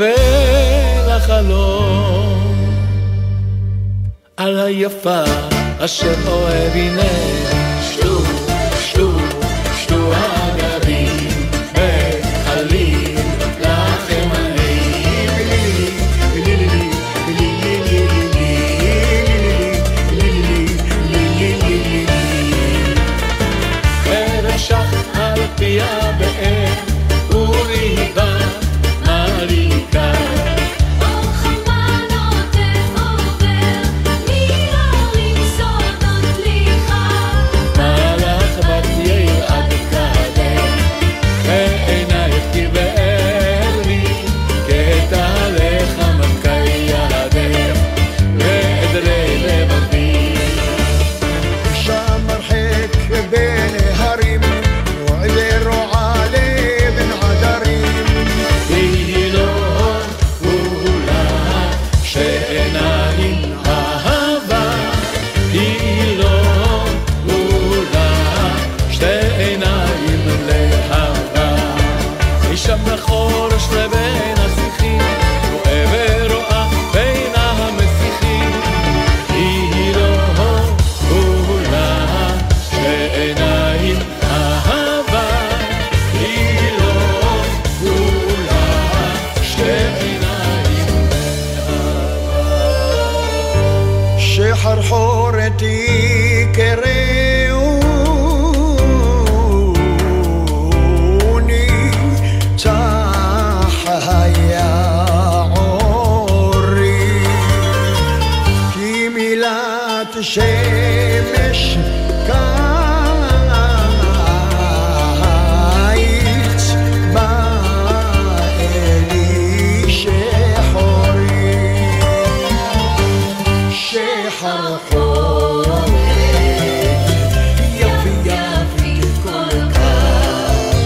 ולחלום על היפה אשר אוהב. הנה שתו שתו שתו עגבים וחליל לכם העיר, לילי לילי פיה באר וריבה מריקה, אור חמה נוטף עובר מהרים סודות ליחה, חורתי קראוני צח היה עורי כי מילת שמש קיץ בא אלי שחורי שחר חורף יפי יפי כל כך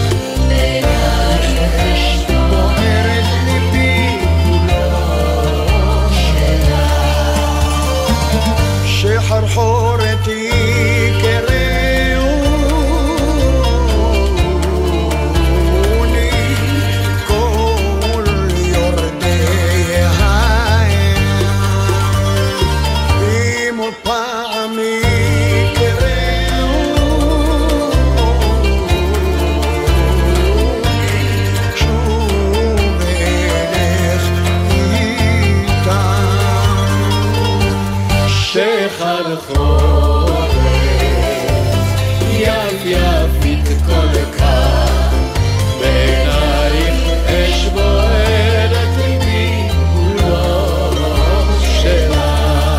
אש בוערת ליבי כולו שלה שחר חורתי קראוני כל יורדי הים אם פעמי קראוני שוב אלך איתם שחר חורף יף יפית כל כך בעינייך אש בוערת ליבי כולו שלה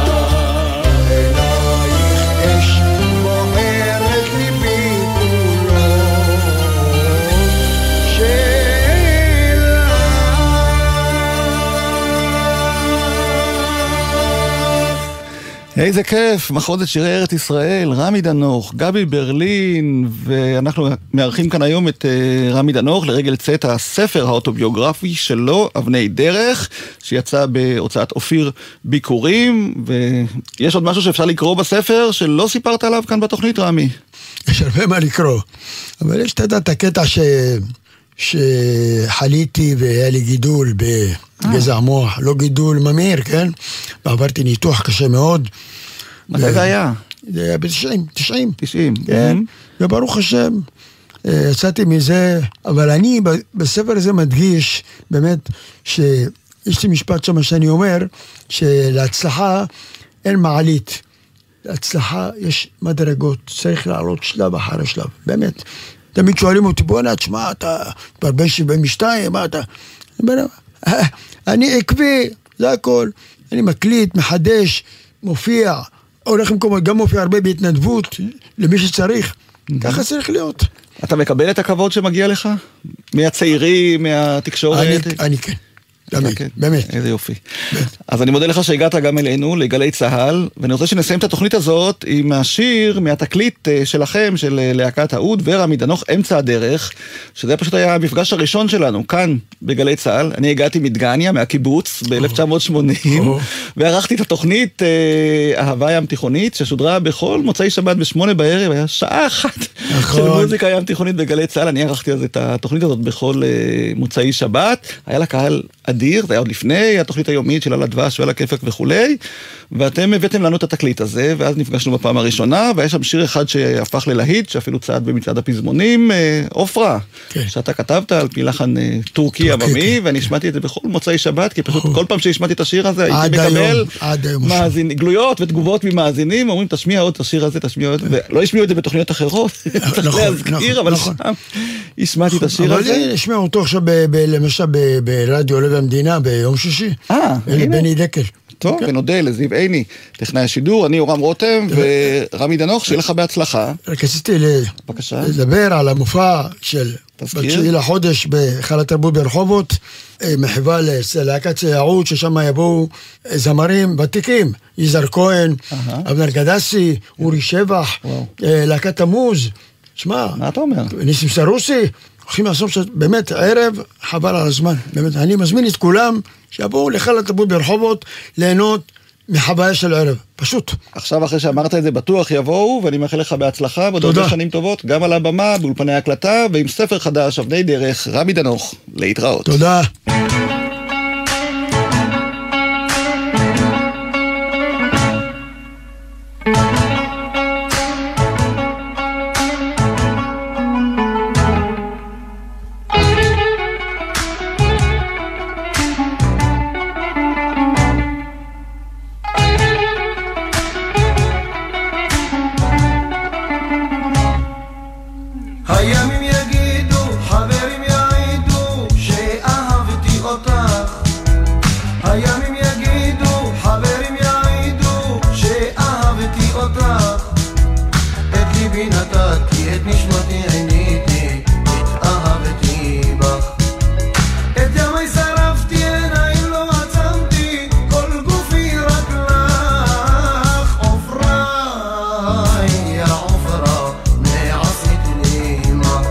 בעינייך אש בוערת ליבי כולו איזה כיף, מחוזת שירי ארץ ישראל, רמי דנוך, גבי ברלין, ואנחנו מארחים כאן היום את uh, רמי דנוך לרגל צאת הספר האוטוביוגרפי שלו, אבני דרך, שיצא בהוצאת אופיר ביקורים, ויש עוד משהו שאפשר לקרוא בספר שלא סיפרת עליו כאן בתוכנית, רמי. יש הרבה מה לקרוא, אבל יש את הקטע ש... שחליתי והיה לי גידול בגזע המוח, לא גידול ממהיר, כן? ועברתי ניתוח קשה מאוד. מתי זה היה? זה היה ב-תשעים, תשעים. תשעים, כן. וברוך השם, יצאתי מזה, אבל אני בספר הזה מדגיש, באמת, שיש לי משפט שם שאני אומר, שלהצלחה אין מעלית. להצלחה יש מדרגות, צריך לעלות שלב אחרי שלב, באמת. תמיד שואלים אותי, בוא נה, תשמע, אתה ברבה שבעים ושתיים, מה אתה? אני עקבי, זה הכל. אני מקליט, מחדש, מופיע, הולך למקומות, גם מופיע הרבה בהתנדבות, למי שצריך. ככה צריך להיות. אתה מקבל את הכבוד שמגיע לך? מהצעירים, מהתקשורת? אני כן. באמת, באמת. איזה יופי. אז אני מודה לך שהגעת גם אלינו, לגלי צהל, ואני רוצה שנסיים את התוכנית הזאת עם השיר מהתקליט שלכם, של להקת האוד ורמי דנוך, אמצע הדרך, שזה פשוט היה המפגש הראשון שלנו, כאן בגלי צהל. אני הגעתי מדגניה, מהקיבוץ, ב-אלף תשע מאות שמונים, וערכתי את התוכנית אהבה ים תיכונית, ששודרה בכל מוצאי שבת בשמונה בערב, היה שעה אחת של מוזיקה ים תיכונית בגלי צהל. אני ערכתי אז את התוכנית הזאת בכל מוצאי שבת, היה לה קהל אדיר, זה היה עוד לפני התוכנית היומית של על הדבש ועל הכיפק וכולי, ואתם הבאתם לנו את התקליט הזה, ואז נפגשנו בפעם הראשונה, ויש שם שיר אחד שהפך ללהיט, שאפילו צעד במצעד הפזמונים, אופרה, כן. שאתה כתבת על פי לחן טורקי עממי, כן. ואני שמעתי את זה בכל מוצאי שבת, כי פשוט כל פעם שהשמעתי את השיר הזה, הייתי מקבל מאזין, גלויות ותגובות ממאזינים, אומרים תשמיע עוד את השיר הזה, תשמיע עוד, ולא השמיעו את זה בתוכניות אחרות, צריך להזכיר, אבל שם השמעתי את השיר הזה. אבל השמיע אותו עכשיו למשל ברדיו לב המדינה ביום שישי. אה, בני דקל. טוב, ונודה לזיו עיני, טכנאי השידור, אני יורם רותם ורמי דנוך, שיהיה לך בהצלחה. רק רציתי לדבר על המופע של בתשיעי לחודש בהיכל התרבות ברחובות, מחווה ללהקת סייעות, ששם יבואו זמרים ותיקים, יזהר כהן, אבנר גדסי, אורי שבח, להקת המוז. שמע, מה אתה אומר? ניסים סרוסי, הולכים לעשות באמת ערב חבל על הזמן. באמת, אני מזמין את כולם שיבואו להיכל התרבות ברחובות ליהנות מחוויה של ערב, פשוט. עכשיו אחרי שאמרת את זה בטוח יבואו, ואני מאחל לך בהצלחה ועוד הרבה שנים טובות, גם על הבמה, באולפני הקלטה, ועם ספר חדש, אבני דרך, רמי דנוך, להתראות. תודה. ליבי נתתי, את נשמתי עיניתי, התאהבתי בך. את ימי שרפתי, עיניים לא עצמתי, כל גופי רק לך. עופרה, יא עופרה, מה עשית לי מה?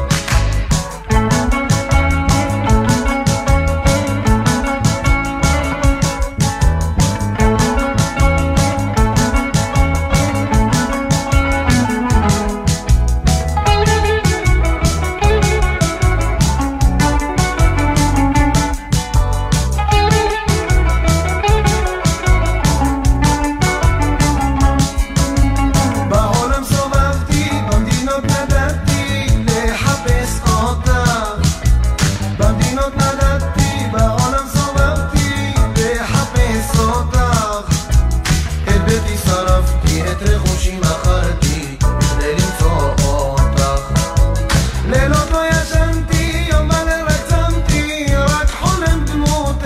בעולם סובבתי, במדינות נדדתי לחפש אותך. במדינות נדדתי, בעולם סובבתי לחפש אותך. את ביתי שרפתי, את רכושי מכרתי כדי למצוא אותך. לילות לא ישנתי, יום וליל רק צמתי, רק חולם דמותך.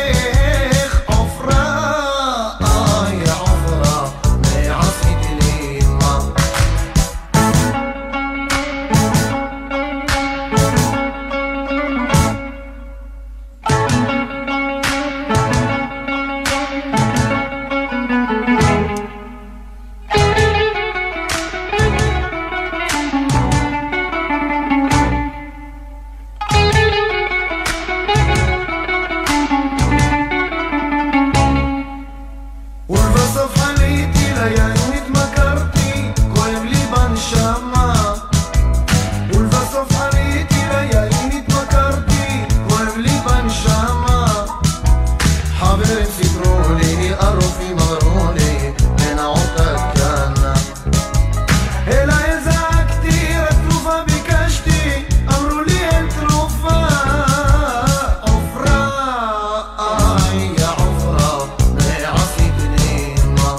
עופרה, יא עופרה, מה עשית לי מה? ולבסוף חליתי, ליין התמכרתי, כואב לי בנשמה. ולבסוף חליתי, ליין התמכרתי, כואב לי בנשמה. חברים סיפרו לי, הרופאים אמרו לי, מנעות הקנה. אליי זעקתי, רק תרופה ביקשתי, אמרו לי אין תרופה. עופרה, יא עופרה, מה עשית לי מה?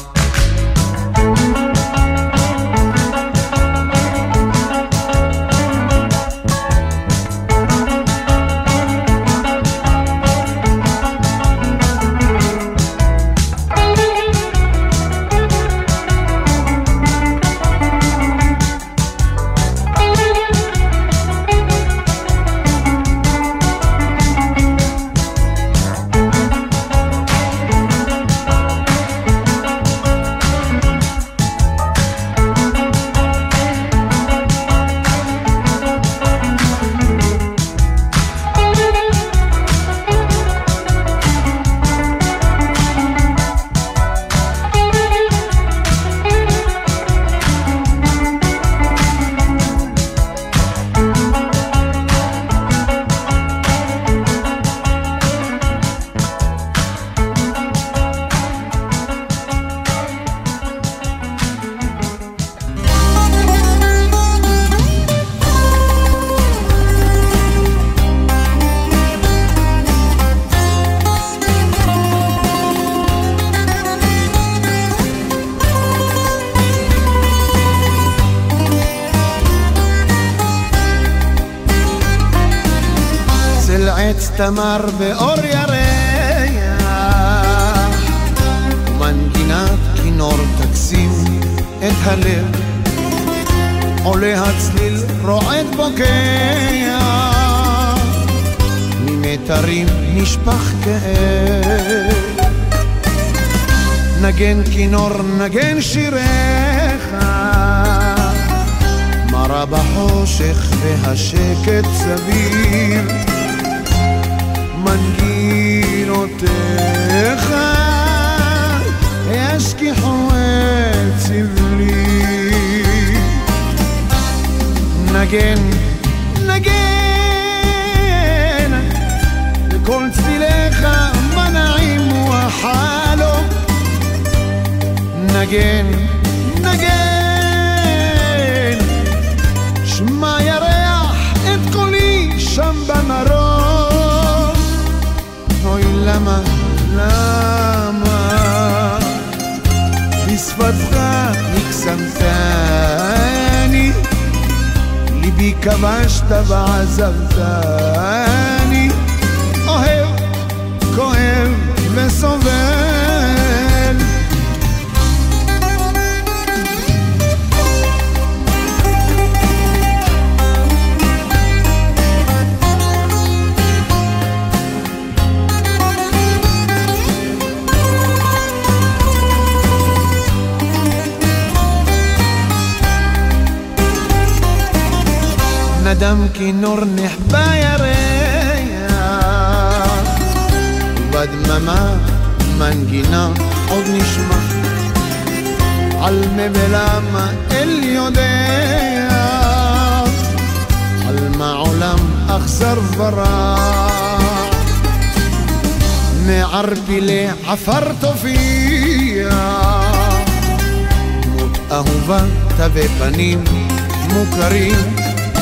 צל עץ תמר באור ירח, ומנגינת כינור תקסים את הלב. עולה הצליל רועד בוקע, ממתרים נשפך כאב. נגן כינור נגן שירך, מרה בחושך והשקט סביר. מנגינותיך ישכיחו את סבלי. נגן, נגן, לכל צליליך מנעים וחלום. נגן, נגן, שמע ירח את קולי שם במרום. אוי למה, למה בשפתך הקסמתני, ליבי כבשת ועזבתני. אוהב, כואב וסובל. נדם כינור נחבא ירח, ובדממה מנגינה עוד נשמע, על מה ולמה אל יודע, על מה עולם אכזר ורע, מערפילי עפר תופיע, דמות אהובה תווי פנים מוכרים,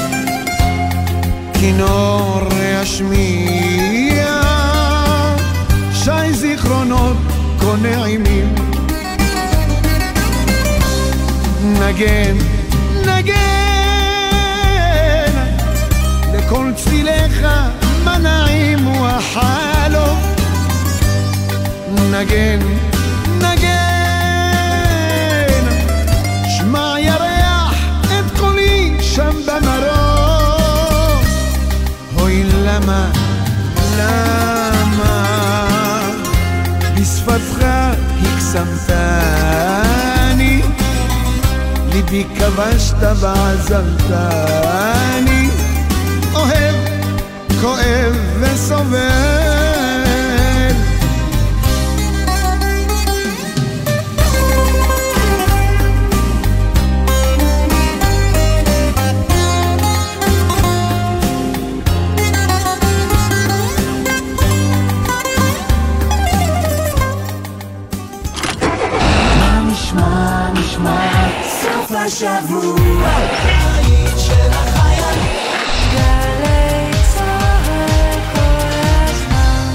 כינור ישמיע, שי זיכרונות כה נעימים, נגן, נגן, לכל צליליך מה נעים הוא החלום, נגן, נגן, שמע ירח את קולי שם במרום, הוי למה, למה בשפתך הקסמתני, ליבי כבשת ועזרתני, אוהב, כואב וסובל, השבוע היית של החייל גלי צהל כל הזמן.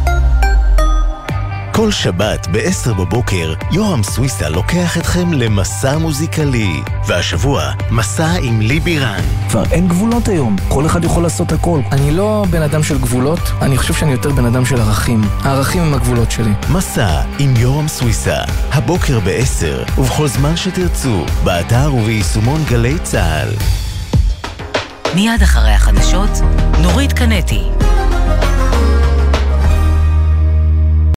כל שבת ב-עשר בבוקר יורם סוויסה לוקח אתכם למסע מוזיקלי, והשבוע מסע עם ליבי רן. כבר אין גבולות היום, כל אחד יכול לעשות הכל. אני לא בן אדם של גבולות, אני חושב שאני יותר בן אדם של ערכים. הערכים הם הגבולות שלי. מסע עם יורם סוויסה, הבוקר ב-עשר ובכל זמן שתרצו, באתר וביישומון גלי צהל. מיד אחרי החדשות, נורית קנטי.